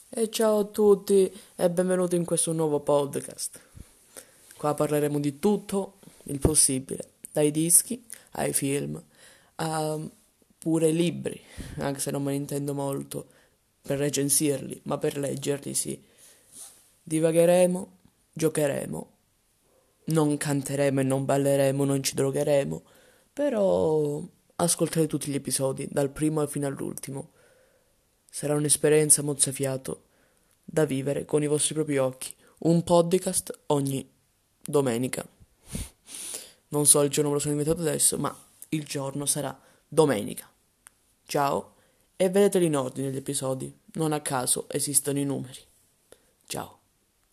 E ciao a tutti e benvenuti in questo nuovo podcast. Qua parleremo di tutto il possibile, dai dischi ai film, a pure ai libri, anche se non me ne intendo molto per recensirli, ma per leggerli sì. Divagheremo, giocheremo, non canteremo e non balleremo, non ci drogheremo, però ascolterete tutti gli episodi, dal primo fino all'ultimo. Sarà un'esperienza mozzafiato da vivere con i vostri propri occhi. Un podcast ogni domenica. Non so il giorno me lo sono inventato adesso, ma il giorno sarà domenica. Ciao e vedeteli in ordine gli episodi. Non a caso esistono i numeri. Ciao.